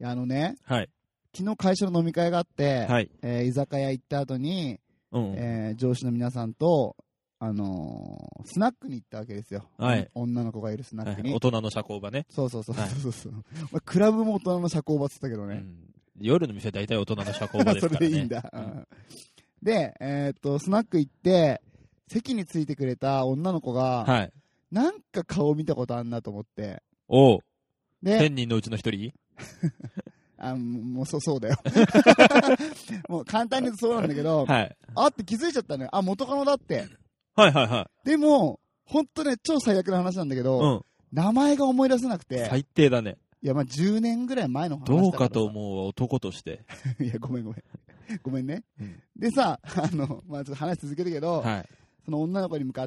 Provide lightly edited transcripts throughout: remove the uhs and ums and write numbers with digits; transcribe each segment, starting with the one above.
やね、 はい。 昨日会社の飲み会があって、 はい。 居酒屋行った後に、上司の皆さんと、スナックに行ったわけですよ。 はい。 女の子がいるスナックに。 大人の社交場ね。 そう。クラブも大人の社交場って言ったけどね。 夜の店は大体大人の社交場ですからね。 それでいいんだ。で、スナック行って、席についてくれた女の子が、 はい。 なんか顔見たことあんなと思って。 おう。 で、 1000人のうちの1人もうそうだよ。もう簡単に言うとそうなんだけど、 はい。 あって気づいちゃったのよ。あ、元カノだって。 はい。 でも、ほんとね、超最悪な話なんだけど、名前が思い出せなくて。 最低だね。 いや、まあ10年ぐらい前の話だから。 どうかと思う男として。 いや、ごめんね。でさ、まあちょっと話続けるけど、 はい。 その女の子に向かって、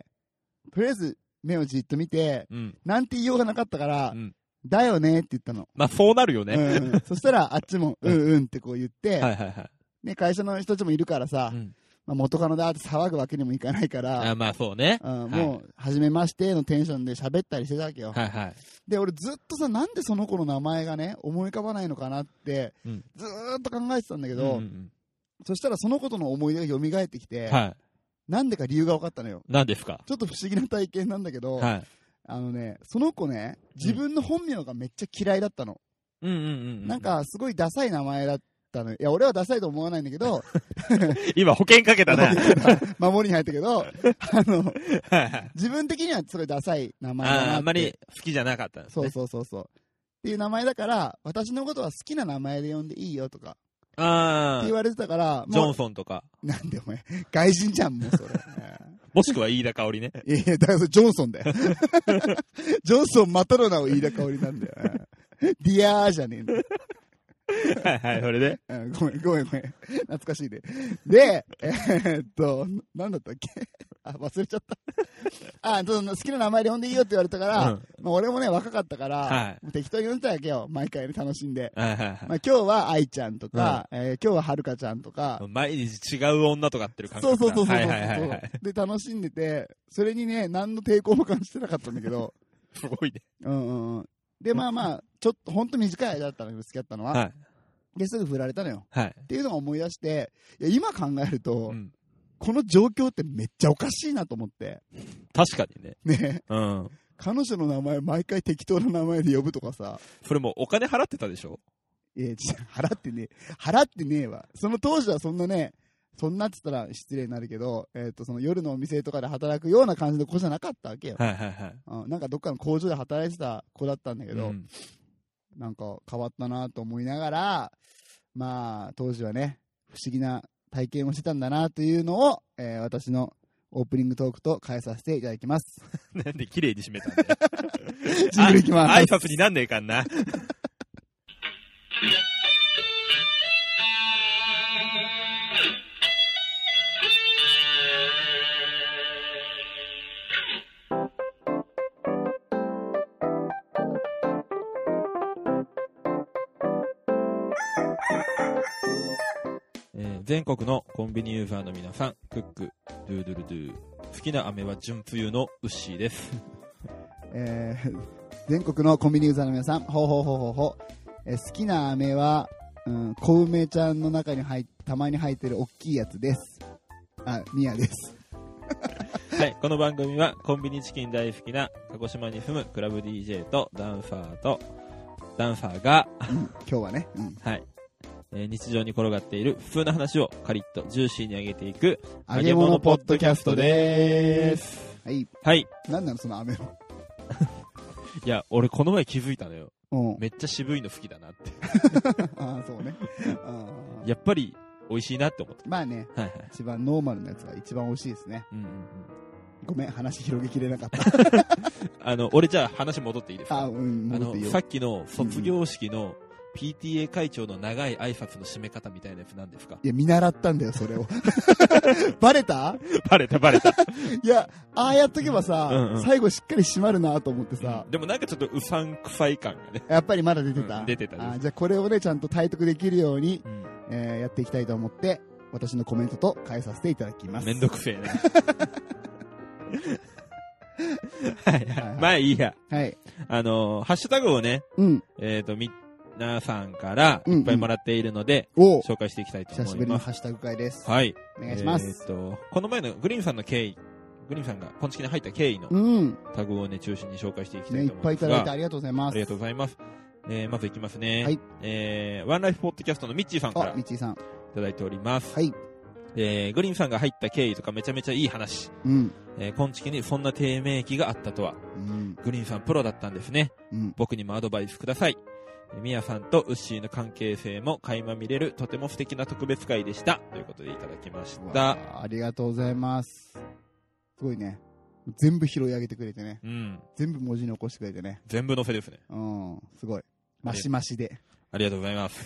とりあえず目をじっと見て、なんて言いようがなかったから、だよねって言ったの。 まあ、そうなるよね。 そしたら、あっちも、うんってこう言って、 はい。 ね、会社の人たちもいるからさ、まあ、元カノだって騒ぐわけにもいかないから、 まあそうね。 もう、初めましてのテンションで喋ったりしてたわけよ。 はい。 で、俺ずっとさ、なんでその子の名前がね、思い浮かばないのかなって、ずーっと考えてたんだけど、そしたらその子との思い出が蘇ってきて、なんでか理由が分かったのよ。 何ですか？ ちょっと不思議な体験なんだけど、その子ね、自分の本名がめっちゃ嫌いだったの。なんか、すごいダサい名前だったのよ。いや、俺はダサいと思わないんだけど、 今保険かけたね。 守りに入ったけど、自分的にはすごいダサい名前だなって。 あんまり好きじゃなかったんですね。 そう。っていう名前だから、私のことは好きな名前で呼んでいいよとか。って言われてたから、 ジョンソンとか。 なんでお前、外人じゃん、もうそれ。 もしくは飯田香織ね。 いや、だからそれジョンソンだよ。ジョンソンまたの名を飯田香織なんだよ。ディアーじゃねえんだよ。 はい、それで。 ごめん。懐かしいね。で、なんだったっけ忘れちゃった。好きな名前で呼んでいいよって言われたから、まあ、俺もね、若かったから、適当に呼んでたわけよ。毎回ね、楽しんで。まあ、今日は愛ちゃんとか、今日ははるかちゃんとか。 毎日違う女とかってる感覚。 そう。で、楽しんでて、それにね、何の抵抗も感じてなかったんだけど。 すごいね。 で、まあ、ちょっとほんと短い間だったのよ、付き合ったのは。で、すぐ振られたのよ。っていうのを思い出して、いや今考えると、この状況ってめっちゃおかしいなと思って。 確かにね。 ね。彼女の名前毎回適当な名前で呼ぶとかさ。 それもお金払ってたでしょ？ 払ってねえわ。その当時はそんなね、そんなって言ったら失礼になるけど、その夜のお店とかで働くような感じの子じゃなかったわけよ。なんかどっかの工場で働いてた子だったんだけど、なんか変わったなと思いながら、まあ、当時はね、不思議な体験をしてたんだなというのを、私のオープニングトークと変えさせていただきます。 なんで綺麗に締めたんだよ。 ジングルいきます。 挨拶になんねえかんな。全国のコンビニユーザーの皆さん、クック、ドゥードゥルドゥ。好きな飴は純冬のウッシーです。 全国のコンビニユーザーの皆さん、好きな飴は、小梅ちゃんの中にたまに入ってる大きいやつです。ミヤです。 はい、この番組はコンビニチキン大好きな鹿児島に住むクラブ DJ とダンサーが、 今日はね、 はい。日常に転がっている普通な話をカリッとジューシーに上げていく揚げ物ポッドキャストでーす。 はい。 なんなのその飴の。 いや、俺この前気づいたのよ。めっちゃ渋いの好きだなって。 そうね。 やっぱり美味しいなって思って。 まあね、一番ノーマルなやつが一番美味しいですね。ごめん、話広げきれなかった。 俺じゃあ話戻っていいですか？ 戻っていいよ。 さっきの卒業式のPTA 会長の長い挨拶の締め方みたいなやつなんですか？ いや、見習ったんだよ、それを。バレた。いや、ああやっとけばさ、最後しっかり締まるなと思ってさ。 でもなんかちょっとうさんくさい感がね。 やっぱりまだ出てた。 出てた。 じゃあこれをね、ちゃんと体得できるように、やっていきたいと思って、私のコメントと変えさせていただきます。 めんどくせえな。まあいいや。 はい。 ハッシュタグをね、 ナーさんからいっぱいもらっているので、紹介していきたいと思います。 久しぶりのハッシュタグ会です。 はい。 お願いします。 この前のグリーンさんの経緯、グリーンさんがポンチキに入った経緯のタグをね、中心に紹介していきたいと思います。 いっぱいいただいてありがとうございます。 ありがとうございます。まずいきますね。 はい。 ワンライフポッドキャストのミッチーさんからいミッチーさん。いただいております。 はい。 グリーンさんが入った経緯とかめちゃめちゃいい話。ポンチキにそんな低迷期があったとは。グリーンさんプロだったんですね。僕にもアドバイスください。ミヤさんとウッシーの関係性も垣間見れるとても素敵な特別会でした。ということでいただきました。 ありがとうございます。すごいね。全部拾い上げてくれてね。全部文字に起こしてくれてね。 全部載せですね。 すごい。マシマシで。 ありがとうございます。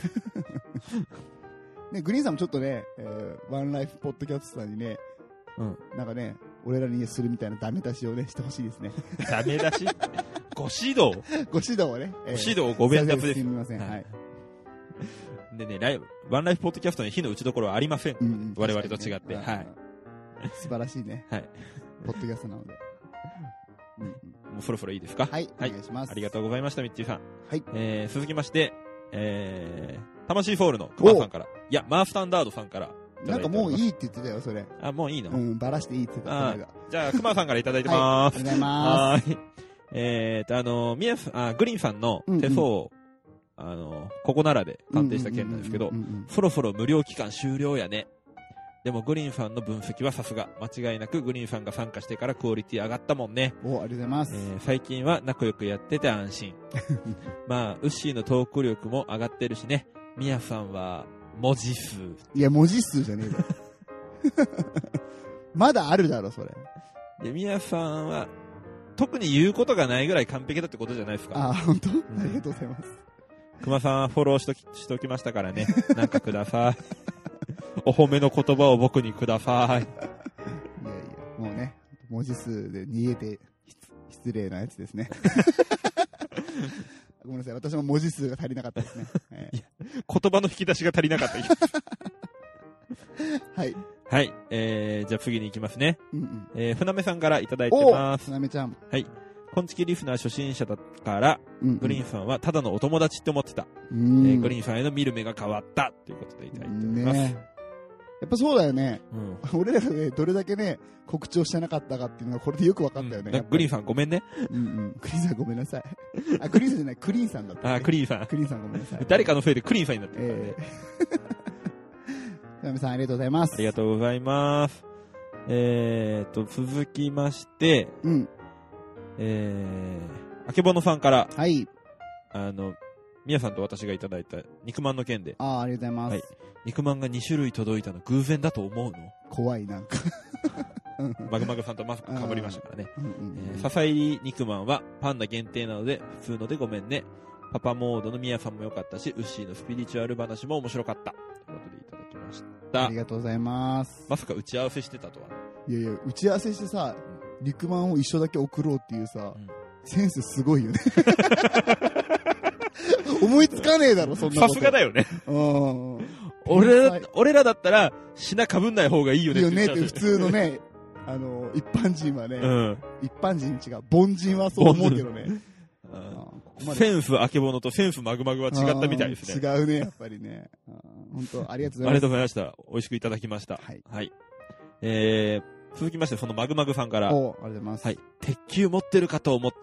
ね、グリーンさんもちょっとね、ワンライフポッドキャストさんにね、なんかね、俺らにするみたいなダメ出しをね、してほしいですね。 ダメ出しご指導ご指導をね。 ご指導ご鞭撻です。 すみません。はい。 でね、ワンライフポッドキャストに火の打ちどころはありません。我々と違って。はい。 素晴らしいね。はい。ポッドキャストなので。 もうそろそろいいですか？ はい。お願いします。 ありがとうございました、ミッチーさん。 はい。 続きまして、魂フォールの熊さんから。いや、マースタンダードさんから。 なんかもういいって言ってたよ、それ。 あ、もういいの？ バラしていいって言ってた。 じゃあ、熊さんからいただいてます。 ありがとうございます。 グリーンさんの手相を、ここならで鑑定した件なんですけど、そろそろ無料期間終了やね。でもグリーンさんの分析はさすが。間違いなくグリーンさんが参加してからクオリティ上がったもんね。 ありがとうございます。 最近は仲良くやってて安心。まあ、ウッシーのトーク力も上がってるしね。ミヤさんは文字数。 いや、文字数じゃねえだろ。まだあるだろ、それ。 で、ミヤさんは、特に言うことがないぐらい完璧だってことじゃないですか。 本当？ありがとうございます。 熊さんはフォローしときましたからね。なんかください。お褒めの言葉を僕にください。いやいや、 もうね、文字数で逃げて失礼なやつですね。ごめんなさい、私も文字数が足りなかったですね。 いや、言葉の引き出しが足りなかった。 はい。 はい。じゃあ次に行きますね。船目さんからいただいてます。 船目ちゃん。 はい。コンチキリスナー初心者だから、グリーンさんはただのお友達って思ってた。グリーンさんへの見る目が変わったということでいただいております。 やっぱそうだよね。俺らがね、どれだけね、告知をしてなかったかっていうのがこれでよく分かったよね。 グリーンさんごめんね。 グリーンさんごめんなさい。グリーンさんじゃない、クリーンさんだった。 クリーンさん。 クリーンさんごめんなさい。 誰かのせいでクリーンさんになってる。 ナミさんありがとうございます。 ありがとうございます。続きまして、あけぼのさんから、 はい。 みやさんと私がいただいた肉まんの件で。 ありがとうございます。 はい。肉まんが2種類届いたの偶然だと思うの？ 怖いなんか。 マグマグさんとマスクかぶりましたからね。笹入り肉まんはパンダ限定なので普通のでごめんね。パパモードのみやさんも良かったし、ウッシーのスピリチュアル話も面白かった。ということでいただきました。 ありがとうございます。 まさか打ち合わせしてたとはね。 いやいや、打ち合わせしてさ、肉まんを一緒だけ送ろうっていうさ、センスすごいよね。思いつかねえだろ、そんなこと。 さすがだよね。俺らだったら、品かぶんない方がいいよねって言っちゃう。いいよねって普通のね、一般人はね、一般人違う、凡人はそう思うけどね。 センスあけぼのとセンスマグマグは違ったみたいですね。 違うね、やっぱりね。本当ありがとうございます。 ありがとうございました。美味しくいただきました。はい。続きまして、そのマグマグさんから。 ありがとうございます。 はい。鉄球持ってるかと思った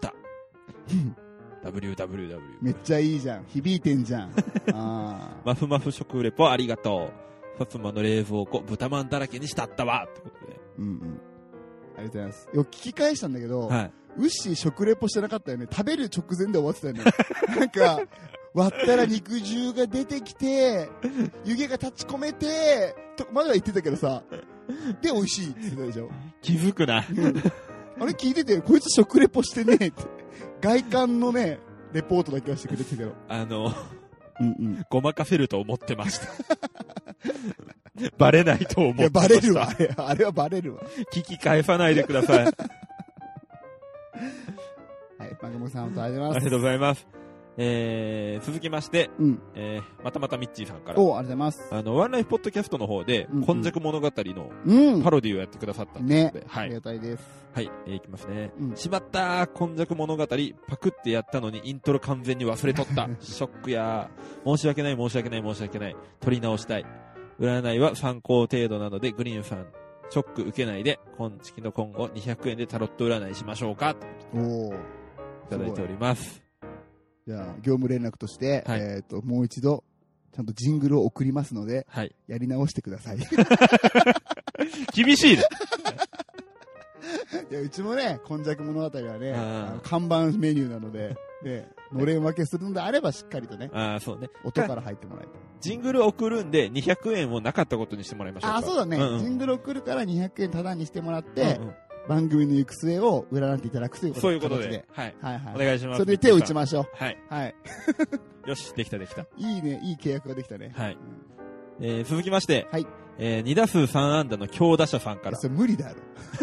。www。 めっちゃいいじゃん。響いてんじゃん。 マフマフ食レポありがとう。薩摩の冷蔵庫、豚まんだらけにしたったわ。ってことで。 ありがとうございます。聞き返したんだけど、ウッシー食レポしてなかったよね。食べる直前で終わってたよね。なんか、割ったら肉汁が出てきて、湯気が立ち込めて、とまでは言ってたけどさ、で美味しいって言ってたでしょ。 気づくな。 あれ聞いてて、こいつ食レポしてねえって。外観のね、レポートだけはしてくれてたけど。 ごまかせると思ってました。バレないと思ってました。 いや、バレるわ。あれはバレるわ。 聞き返さないでください。 はい、マグモさん、ありがとうございます。 ありがとうございます。 続きまして、またミッチーさんから。 ありがとうございます。 ワンライフポッドキャストの方で、今昔物語のパロディをやってくださったんですので、 はい。ありがたいです。 はい、いきますね。しまったー、今昔物語、パクってやったのにイントロ完全に忘れとった。ショックやー。申し訳ない。取り直したい。占いは参考程度なので、グリーンさん、ショック受けないで、今月の今後200円でタロット占いしましょうか。いただいております。 じゃあ、業務連絡として、もう一度、ちゃんとジングルを送りますので、やり直してください。 厳しいね。 いや、うちもね、今昔物語はね、看板メニューなので、のれん分けするのであればしっかりとね、 そうね。 音から入ってもらいたい。 ジングル送るんで、200円をなかったことにしてもらいましょうか。 そうだね。ジングル送るから200円タダにしてもらって、番組の行く末を占っていただくということで。 そういうことで。はい。お願いします。 それで手を打ちましょう。 はい。よし、できた。 いいね、いい契約ができたね。 はい。続きまして、2打数3安打の強打者さんから。 それ無理だろ。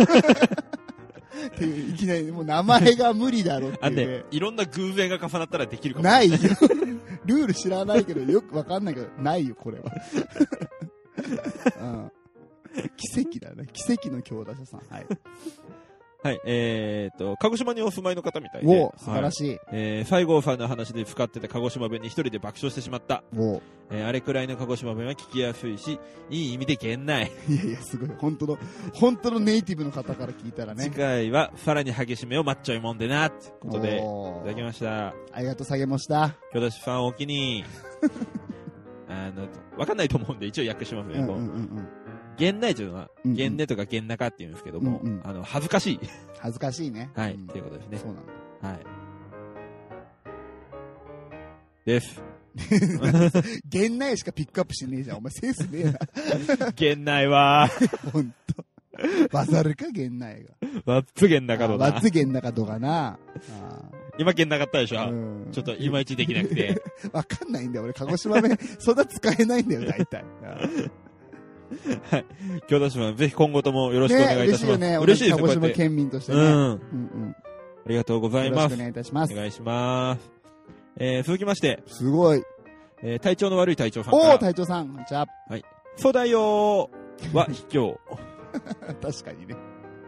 っていう、いきなり、もう名前が無理だろっていうね。 いろんな偶然が重なったらできるかもしれない。ないよ。ルール知らないけど、よくわかんないけど、ないよ、これは。奇跡だね。奇跡の強打者さん。はい。 はい、鹿児島にお住まいの方みたいで。 素晴らしい。 西郷さんの話で使ってた鹿児島弁に一人で爆笑してしまった。あれくらいの鹿児島弁は聞きやすいし、いい意味でげんない。 いや、すごい。本当のネイティブの方から聞いたらね。 次回は、さらに激しめを待っちゃいもんでな、ってことで、いただきました。 ありがとう、下げました。 京田さんお気に。わかんないと思うんで、一応訳しますね。げんないというのは、げんねとかげんなかって言うんですけども、恥ずかしい。 恥ずかしいね。 はい、ということですね。 そうなんだ。はい。です。 げんないしかピックアップしねえじゃん。お前センスねえな。 げんないわー。 ほんと。バザルか、げんないが。 わっつげんなかどな。 わっつげんなかどかな。 今げんなかったでしょ、ちょっといまいちできなくて。 わかんないんだよ。俺、鹿児島弁、そんな使えないんだよ、大体。 はい。京田島、ぜひ今後ともよろしくお願いいたします。 ね、 嬉しいですね。 鹿児島県民としてね。 ありがとうございます。 よろしくお願いいたします。 お願いします。続きまして。 すごい。 体調の悪い隊長さんから。 隊長さん、こんにちは。 はい。そうだよーは卑怯。 確かにね。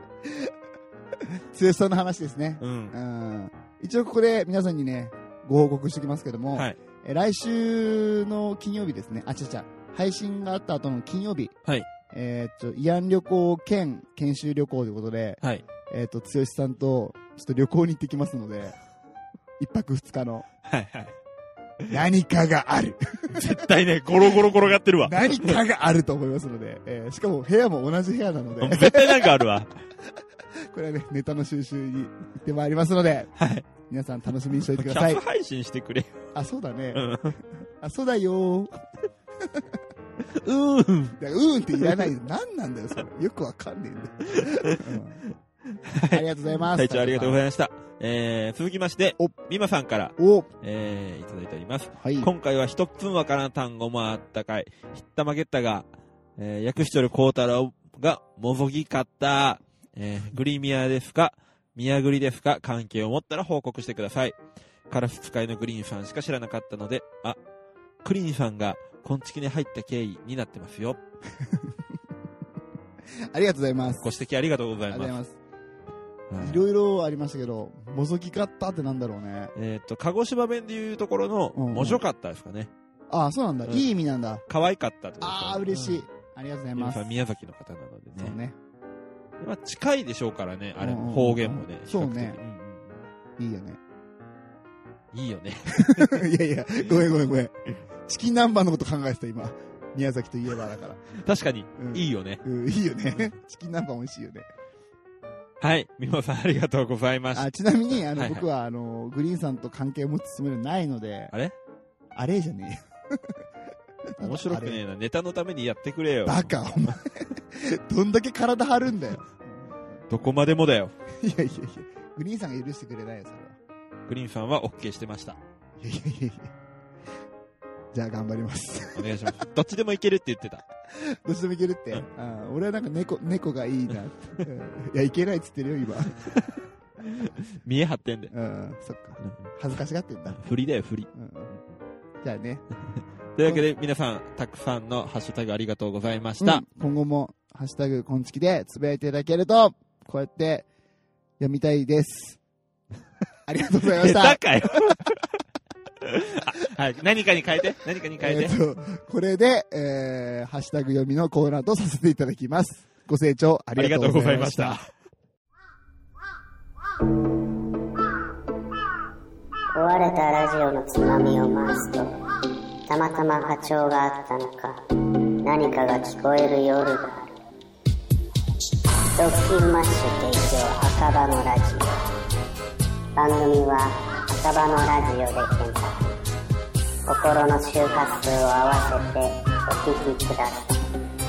強さの話ですね。一応ここで皆さんにね、ご報告しておきますけども、来週の金曜日ですね。配信があった後の金曜日。慰安旅行兼研修旅行ということで、剛さんとちょっと旅行に行ってきますので、一泊二日の。何かがある。 絶対ね、ゴロゴロ転がってるわ。 何かがあると思いますので、しかも部屋も同じ部屋なので。 絶対なんかあるわ。 これはね、ネタの収集に行ってまいりますので、皆さん楽しみにしておいてください。 キャス配信してくれ。 そうだね。そうだよー。って言わないで。何なんだよ、それ。よくわかんねえんだよ。ありがとうございます。 隊長ありがとうございました。続きまして、美馬さんから、いただいております。今回は一つもわからん単語もあったかい。ひったまげったが、訳しとる孝太郎がもぞぎかった。グリミアですか宮栗ですか関係を持ったら報告してください。カラス使いのグリーンさんしか知らなかったので、クリーンさんが、今月に入った経緯になってますよ。 ありがとうございます。 ご指摘ありがとうございます。 ありがとうございます。いろいろありましたけど、もぞきかったってなんだろうね。 鹿児島弁でいうところの、もじょかったですかね。 そうなんだ。いい意味なんだ。 可愛かったってこと。嬉しい。ありがとうございます。 宮崎の方なのでね。 そうね。 近いでしょうからね、あれも方言もね。 そうね。いいよね。 いいよね。 いや、ごめん。チキン南蛮のこと考えてた、今。宮崎といえばだから。 確かに、いいよね。 いいよね。チキン南蛮美味しいよね。 はい。美馬さんありがとうございました。 ちなみに、僕は、グリーンさんと関係を持つつもりはないので。あれじゃねえよ。面白くねえな。ネタのためにやってくれよ。 バカ、お前。どんだけ体張るんだよ。 どこまでもだよ。 いや。グリーンさんが許してくれないよ、それは。 グリーンさんは OK してました。 いや。じゃあ頑張ります。 お願いします。どっちでもいけるって言ってた。 どっちでもいけるって。俺はなんか猫がいいなって。いや、いけないって言ってるよ、今。 見え張ってんで。 うん、そっか。恥ずかしがってんだ。 振りだよ、振り。 じゃあね。 というわけで、皆さん、たくさんのハッシュタグありがとうございました。 今後も、ハッシュタグ、こんちきでつぶやいていただけると、こうやって読みたいです。ありがとうございました。 下手かよ。はい、何かに変えて。 これで、ハッシュタグ読みのコーナーとさせていただきます。ご清聴ありがとうございました。 壊れたラジオのつまみを回すと、たまたま波長があったのか、何かが聞こえる夜がある。ドッキンマッシュ提供赤羽のラジオ。番組は赤羽のラジオで検索。心の周波数を合わせてお聞きください。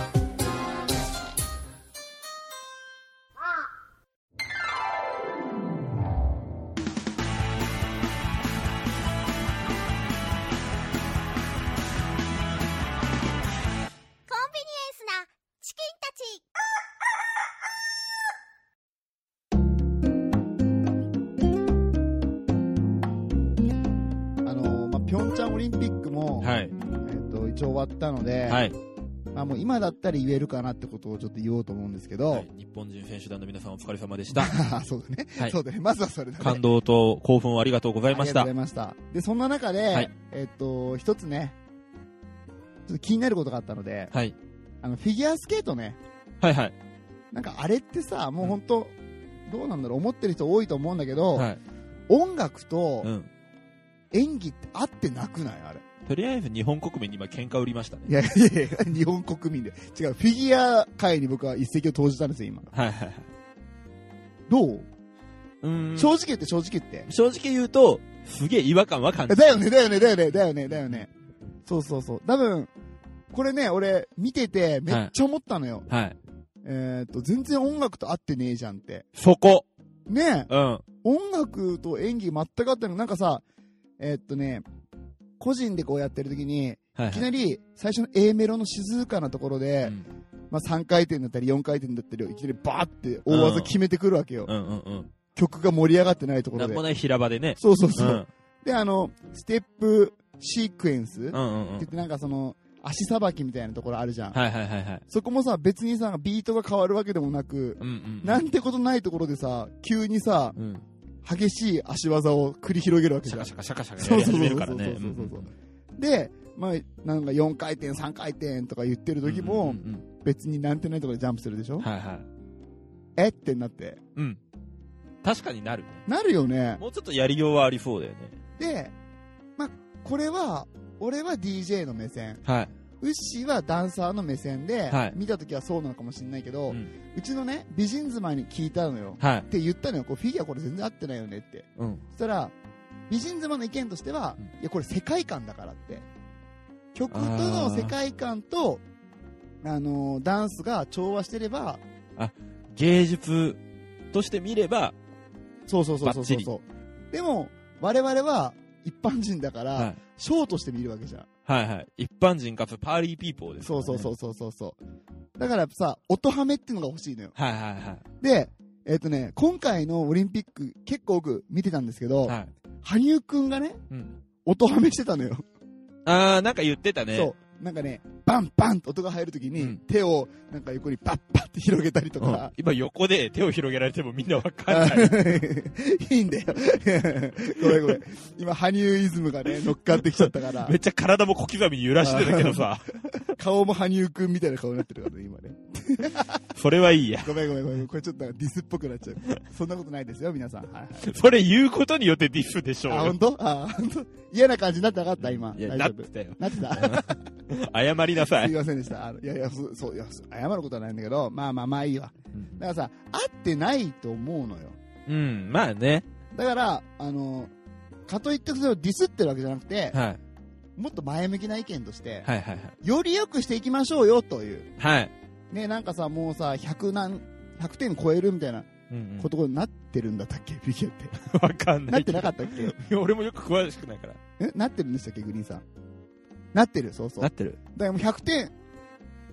ピョンチャンオリンピックも、 はい、 一応終わったので、はい、まあ、もう今だったら言えるかなってことをちょっと言おうと思うんですけど、はい、 日本人選手団の皆さんお疲れ様でした。 そうだね、はい、そうだね、まずはそれだね。 感動と興奮をありがとうございました。 ありがとうございました。で、そんな中で、はい、一つね、ちょっと気になることがあったので、はい、フィギュアスケートね、 はいはい、 なんかあれってさ、もう本当、どうなんだろう、思ってる人多いと思うんだけど、はい、音楽と、演技って合ってなくないあれ。 とりあえず日本国民に今喧嘩売りましたね。 いやいやいや、日本国民で。違う、フィギュア界に僕は一石を投じたんですよ、今。 はいはいはい。 どう？正直言って。正直言うと、すげえ違和感は感じる。 だよね。そう。多分、これね、俺、見ててめっちゃ思ったのよ。はい。全然音楽と合ってねえじゃんって。 そこ。 ねえ。うん。音楽と演技全く合ってない。なんかさ、個人でこうやってる時に、いきなり最初の A メロの静かなところで、まあ3回転だったり4回転だったりをいきなりバーって大技決めてくるわけよ。曲が盛り上がってないところで。 なんもない平場でね。 そう。で、ステップシークエンスって言ってなんかその、足さばきみたいなところあるじゃん。そこもさ、別にさ、ビートが変わるわけでもなく、なんてことないところでさ、急にさ、激しい足技を繰り広げるわけじゃん。 シャカやり始めるからね。 で、まあ、なんか4回転、3回転とか言ってる時も、別になんてないところでジャンプするでしょ。ってなって。 確かになるね。 なるよね。 もうちょっとやりようはありそうだよね。 で、まあ、これは、俺は DJ の目線。ウッシーはダンサーの目線で、見たときはそうなのかもしれないけど、うちのね、美人妻に聞いたのよ。って言ったのよ。こうフィギュアこれ全然合ってないよねって。そしたら、美人妻の意見としては、いや、これ世界観だからって。曲との世界観と、ダンスが調和してれば、 芸術として見れば、 そう。でも、我々は一般人だから、ショーとして見るわけじゃん。 一般人かつパーリーピーポーですからね。 そう。だからさ、音ハメっていうのが欲しいのよ。で、今回のオリンピック結構僕見てたんですけど、羽生くんがね、音ハメしてたのよ。 なんか言ってたね。 そう。なんかね、バンバンと音が入るときに、手をなんか横にパッパッって広げたりとか。 今横で手を広げられてもみんなわかんない。 いいんだよ。ごめん。今、羽生イズムがね、乗っかってきちゃったから。 めっちゃ体も小刻みに揺らしてたけどさ。 顔も羽生くんみたいな顔になってるからね、今ね。 それはいいや。 ごめん。これちょっとディスっぽくなっちゃう。そんなことないですよ、皆さん。 それ言うことによってディスでしょうよ。 本当嫌な感じになってなかった今。 いや、なってたよ。 なってた謝りなさい。 すいませんでした。謝ることはないんだけど、まあいいわ。だからさ、合ってないと思うのよ。 まあね。 だから、かといってそれをディスってるわけじゃなくて、もっと前向きな意見として、より良くしていきましょうよという。ね、なんかさ、もうさ、100点超えるみたいなことになってるんだったっけ、フィギュアって。 わかんない。 なってなかったっけ俺もよく詳しくないから。 なってるんでしたっけ、グリーンさん。なってる、そう。 なってる。 だからもう100点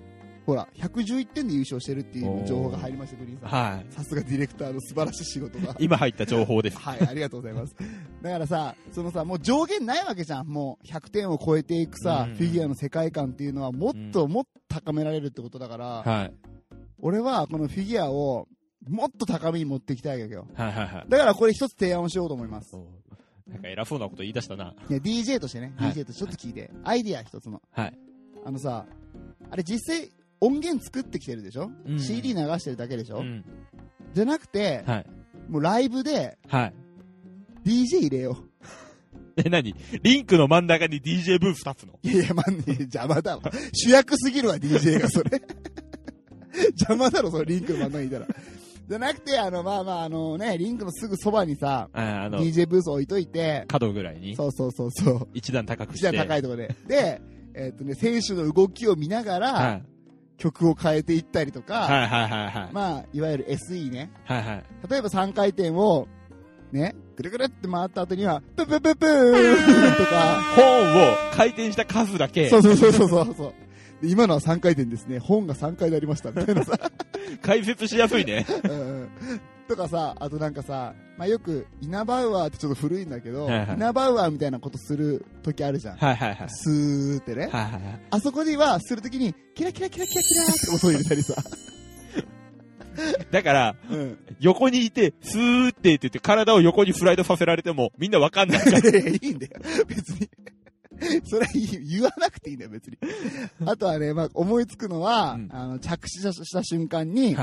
ほら、111点で優勝してるっていう情報が入りました、グリーンさん。はい。さすがディレクターの素晴らしい仕事が。 今入った情報です。 はい、ありがとうございます。だからさ、もう上限ないわけじゃん。もう100点を超えていくさ、フィギュアの世界観っていうのはもっともっと高められるってことだから、はい。俺はこのフィギュアをもっと高めに持っていきたいわけよ。はいはいはい。だからこれ一つ提案をしようと思います。 なんか偉そうなこと言い出したな。 いや、DJ としてね、はい、DJ としてちょっと聞いて、アイディア一つの。はい。あれ実際音源作ってきてるでしょ、うん、CD 流してるだけでしょ、うん、じゃなくて、はい、もうライブで、はい、DJ 入れよう。何リンクの真ん中に DJ ブース立つの？ いや、邪魔だわ。主役すぎるわ、DJ がそれ。邪魔だろ、そのリンクの真ん中にいたら。じゃなくて、リンクのすぐそばにさ、DJ ブース置いといて、 角ぐらいに。 そう。 一段高くして。 一段高いところで。で、選手の動きを見ながら、はい、曲を変えていったりとか、いわゆる SE ね。はいはい。例えば3回転を、ね、ぐるぐるって回った後には、ププププーンとか、 本を回転した数だけ。 そう。今のは3回転ですね。本が3回でありました。みたいなさ。 解説しやすいね。 とかさ、あとなんかさ、よく、イナバウアーってちょっと古いんだけど、イナバウアーみたいなことする時あるじゃん。スーってね。あそこでは、するときに、キラキラキラキラキラって音を入れたりさ。 だから、横にいて、スーって言って体を横にフライドさせられても、みんなわかんないから。 いいんだよ。別に。それ言わなくていいんだよ、別に。あとはね、思いつくのは、着地した瞬間に、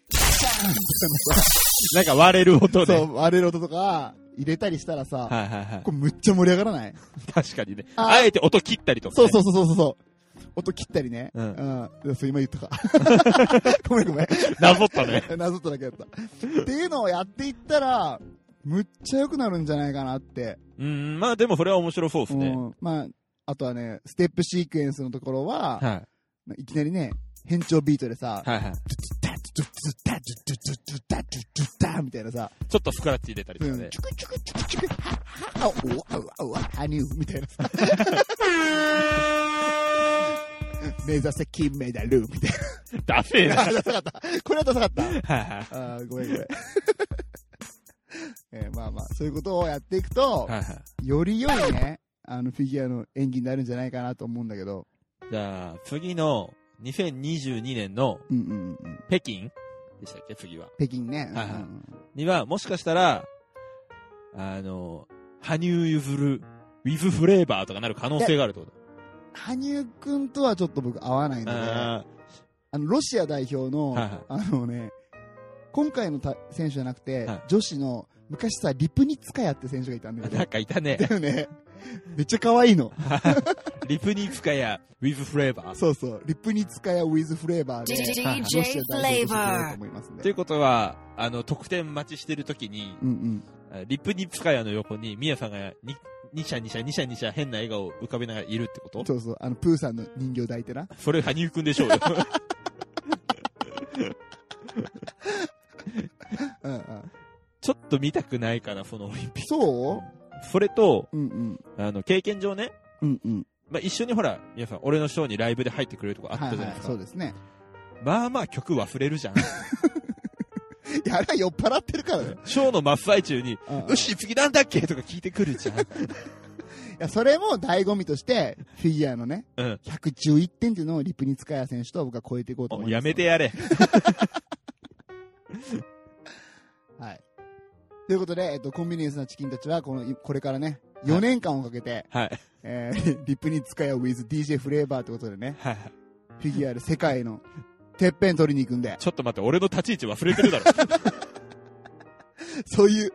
なんか割れる音で。 そう、割れる音とか入れたりしたらさ、これむっちゃ盛り上がらない？ 確かにね。あえて音切ったりとか、 ね。そう。音切ったりね。そう今言ったか。ごめん。 なぞったね。 なぞっただけだった。っていうのをやっていったら、むっちゃ良くなるんじゃないかなって。 でもそれは面白そうですね。 あとはね、ステップシークエンスのところは、いきなりね、変調ビートでさ、みたいなさ、 ちょっとスクラッチ入れたりとかね。 ハニューみたいなさ。目指せ金メダルみたいな。ダセーな。 ダサかった。これはダサかった。ごめん。そういうことをやっていくと、より良いね、フィギュアの演技になるんじゃないかなと思うんだけど。 じゃあ、次の2022年の北京でしたっけ、次は。 北京ね。 には、もしかしたら、羽生結弦、ウィズフレーバーとかなる可能性があるってこと？ 羽生くんとはちょっと僕合わないので、ロシア代表の、今回の選手じゃなくて、女子の、昔さ、リプニツカヤって選手がいたんだよね。 なんかいたね。 だよね。めっちゃ可愛いの。 リプニツカヤ、ウィズフレーバー。 そう。リプニツカヤ、ウィズフレーバーで、ロシア代表としてと思いますね。 ということは、得点待ちしてるときに、リプニツカヤの横に、ミヤさんがニシャ変な笑顔を浮かべながらいるってこと？ そう。プーさんの人形抱いてな。 それ、羽生くんでしょうよ。ちょっと見たくないかな、そのオリンピック。 そう？ それと、経験上ね、一緒にほら、皆さん、俺のショーにライブで入ってくれるとこあったじゃないですか。 そうですね。 曲忘れるじゃん。 いや、あれは酔っ払ってるからね。 ショーの真っ最中に、よし、次なんだっけとか聞いてくるじゃん。いや、それも醍醐味として、フィギュアのね、111点っていうのをリプニツカヤ選手と僕は超えていこうと思います。 やめてやれ。 はい。ということで、コンビニエンスなチキンたちは、これからね、4年間をかけて、リプニツカヤ with DJ フレーバーってことでね、フィギュアで世界のてっぺん取りに行くんで。 ちょっと待って、俺の立ち位置忘れてるだろ。 そういう、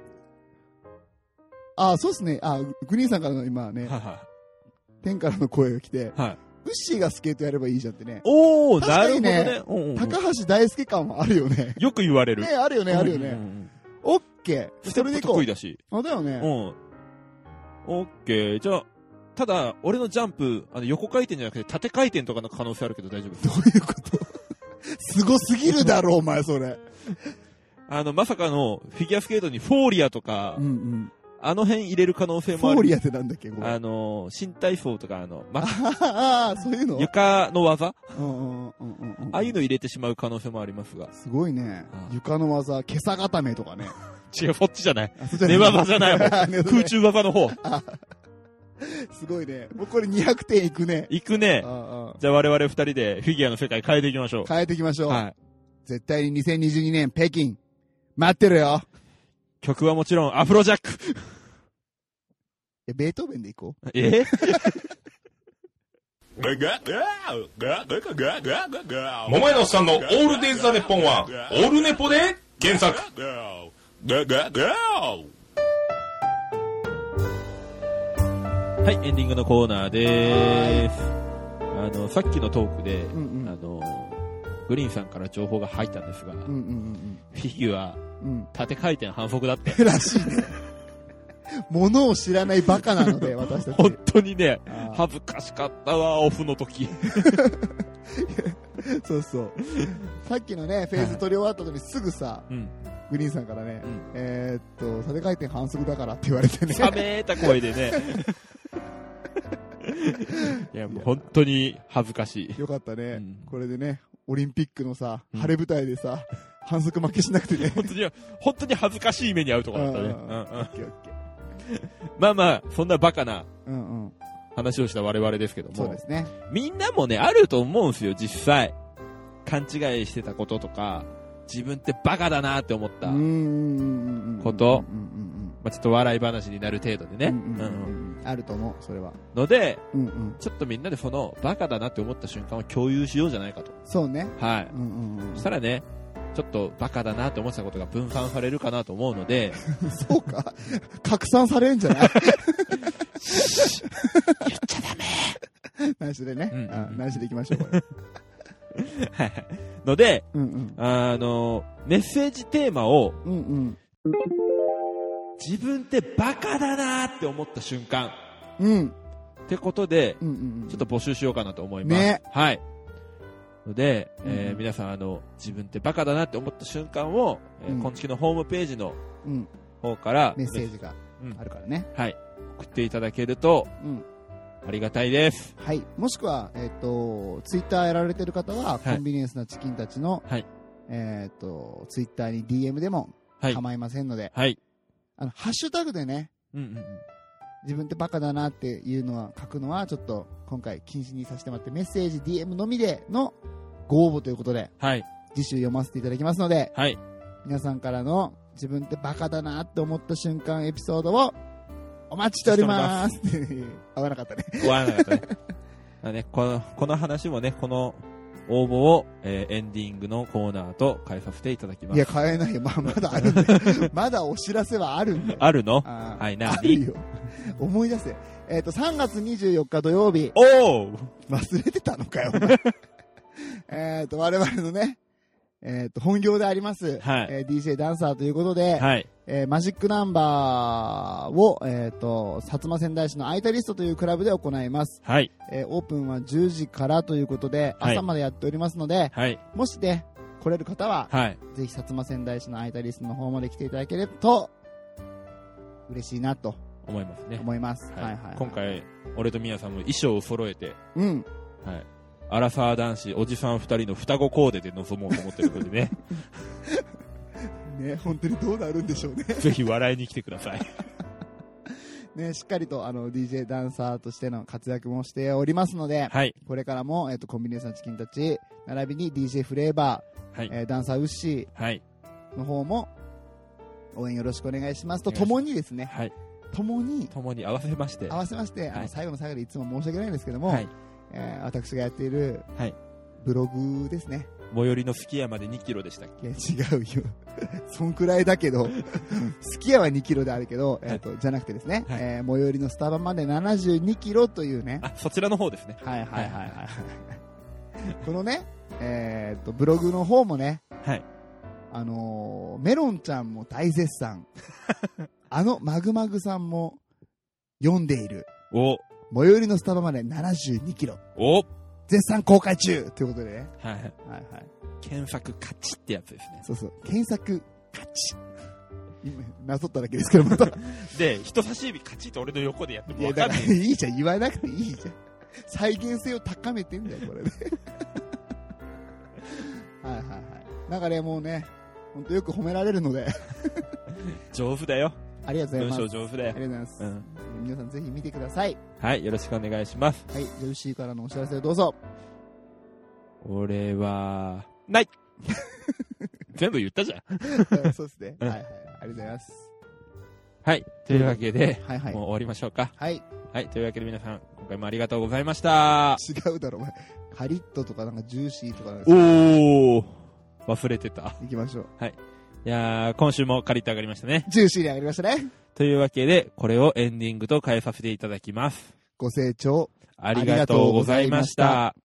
そうですね、グリーンさんからの今ね、天からの声が来て、ウッシーがスケートやればいいじゃんってね。 おー、なるほどね。 高橋大輔感はあるよね。 よく言われる。 ね、あるよね。オッケー。 それでいこう。得意だし。 だよね。 オッケー。じゃあ、ただ、俺のジャンプ、横回転じゃなくて縦回転とかの可能性あるけど大丈夫？ どういうことすごすぎるだろ、お前、それ。 まさかの、フィギュアスケートにフォーリアとか、 あの辺入れる可能性もある。 フォーリアってなんだっけ、 新体操とかそういうの床の技、 ああいうの入れてしまう可能性もありますが。 すごいね。床の技、今朝固めとかね。 違う、そっちじゃない。寝技じゃない方。空中技の方。 すごいね。もうこれ200点いくね。 いくね。じゃあ我々2人でフィギュアの世界変えていきましょう。 変えていきましょう。 はい。 絶対に2022年北京、待ってるよ。 曲はもちろんアフロジャック。 ベートーベンでいこう。 桃屋のおっさんのオールデイズ・ザ・ネッポンはオールネポで検索。 はい、エンディングのコーナーでーす。さっきのトークで、グリーンさんから情報が入ったんですが、フィギュア、縦回転反則だったらしいね。ものを知らないバカなので、私たち。 本当にね、恥ずかしかったわ、オフの時。 そうそう。さっきのね、フェーズ撮り終わった後にすぐさ、グリーンさんからね、縦回転反則だからって言われてね。 冷めた声でね。いや、もう本当に恥ずかしい。 よかったね。これでね、オリンピックのさ、晴れ舞台でさ、反則負けしなくてね。 本当に恥ずかしい目に遭うところだったね。まあまあ、そんなバカな話をした我々ですけども。 そうですね。 みんなもね、あると思うんですよ、実際。勘違いしてたこととか、自分ってバカだなって思ったこと、まあちょっと笑い話になる程度でね。 あると思う、それは。 ので、ちょっとみんなでそのバカだなって思った瞬間を共有しようじゃないかと。 そうね。 はい。そしたらね、ちょっとバカだなって思ってたことが分散されるかなと思うので。 そうか拡散されんじゃない言っちゃダメ内緒でね。内緒でいきましょう、これ。 ので、メッセージテーマを、自分ってバカだなって思った瞬間、ってことで、ちょっと募集しようかなと思います。 ね、 はい。ので、皆さん自分ってバカだなって思った瞬間を、今月のホームページの方からメッセージがあるからね。 はい。送っていただけると、ありがたいです。 はい。もしくは、ツイッターやられてる方は、コンビニエンスなチキンたちの、ツイッターに DM でも構いませんので、ハッシュタグでね、自分ってバカだなっていうのは書くのはちょっと今回禁止にさせてもらって、メッセージ DM のみでのご応募ということで、次週読ませていただきますので、皆さんからの自分ってバカだなって思った瞬間エピソードをお待ちしております。合わなかったね。 合わなかったね。この話もね、この応募を、エンディングのコーナーと変えさせていただきます。 いや、変えないよ。まだあるんだよ。まだお知らせはあるんだよ。 あるの？はい、 あるよ。思い出せ。3月24日土曜日。 おー！ 忘れてたのかよ。我々のね、本業であります、DJ ダンサーということで、マジックナンバーを、薩摩川内市のアイタリストというクラブで行います。オープンは10時からということで、朝までやっておりますので、もしね、来れる方は、ぜひ薩摩川内市のアイタリストの方まで来ていただけると、嬉しいなと。 思いますね。 思います。 今回、俺とミヤさんも衣装を揃えて、アラサー男子、おじさん2人の双子コーデで臨もうと思ってるのでね。 ね、本当にどうなるんでしょうね。 ぜひ笑いに来てください。 ね、しっかりとDJ ダンサーとしての活躍もしておりますので、これからも、コンビニエンスのチキンたち、並びに DJ フレーバー、ダンサーウッシーの方も応援よろしくお願いしますとともにですね、ともに合わせまして、 最後の最後でいつも申し訳ないんですけども、私がやっているブログですね。 最寄りのすき家まで2キロでしたっけ？ いや違うよ。そんくらいだけど、すき家は2キロであるけど、じゃなくてですね、最寄りのスタバまで72キロというね。 そちらの方ですね。 このね、ブログの方もね、メロンちゃんも大絶賛。マグマグさんも読んでいる。最寄りのスタバまで72キロ。絶賛公開中ということでね。 検索勝ちってやつですね。 そうそう。検索勝ち。 なぞっただけですけど、また。 で、人差し指カチッと俺の横でやっても分かんない。いいじゃん、言わなくていいじゃん。再現性を高めてんだよ、これね。はいはいはい。なんかね、もうね、ほんとよく褒められるので。 上手だよ。 ありがとうございます。 文章上手だよ。 ありがとうございます。皆さんぜひ見てください。 はい、よろしくお願いします。 はい、ジョルシーからのお知らせをどうぞ。 俺は、ない。全部言ったじゃん。そうですね。はいはい。ありがとうございます。 はい。というわけで、 はいはい、 もう終わりましょうか。 はい。 はい。というわけで皆さん、今回もありがとうございました。 違うだろ、お前。カリッととかなんかジューシーとかなんか。 おー。忘れてた。 行きましょう。 はい。いやー、今週もカリッと上がりましたね。 ジューシーに上がりましたね。 というわけで、これをエンディングと変えさせていただきます。 ご清聴ありがとうございました。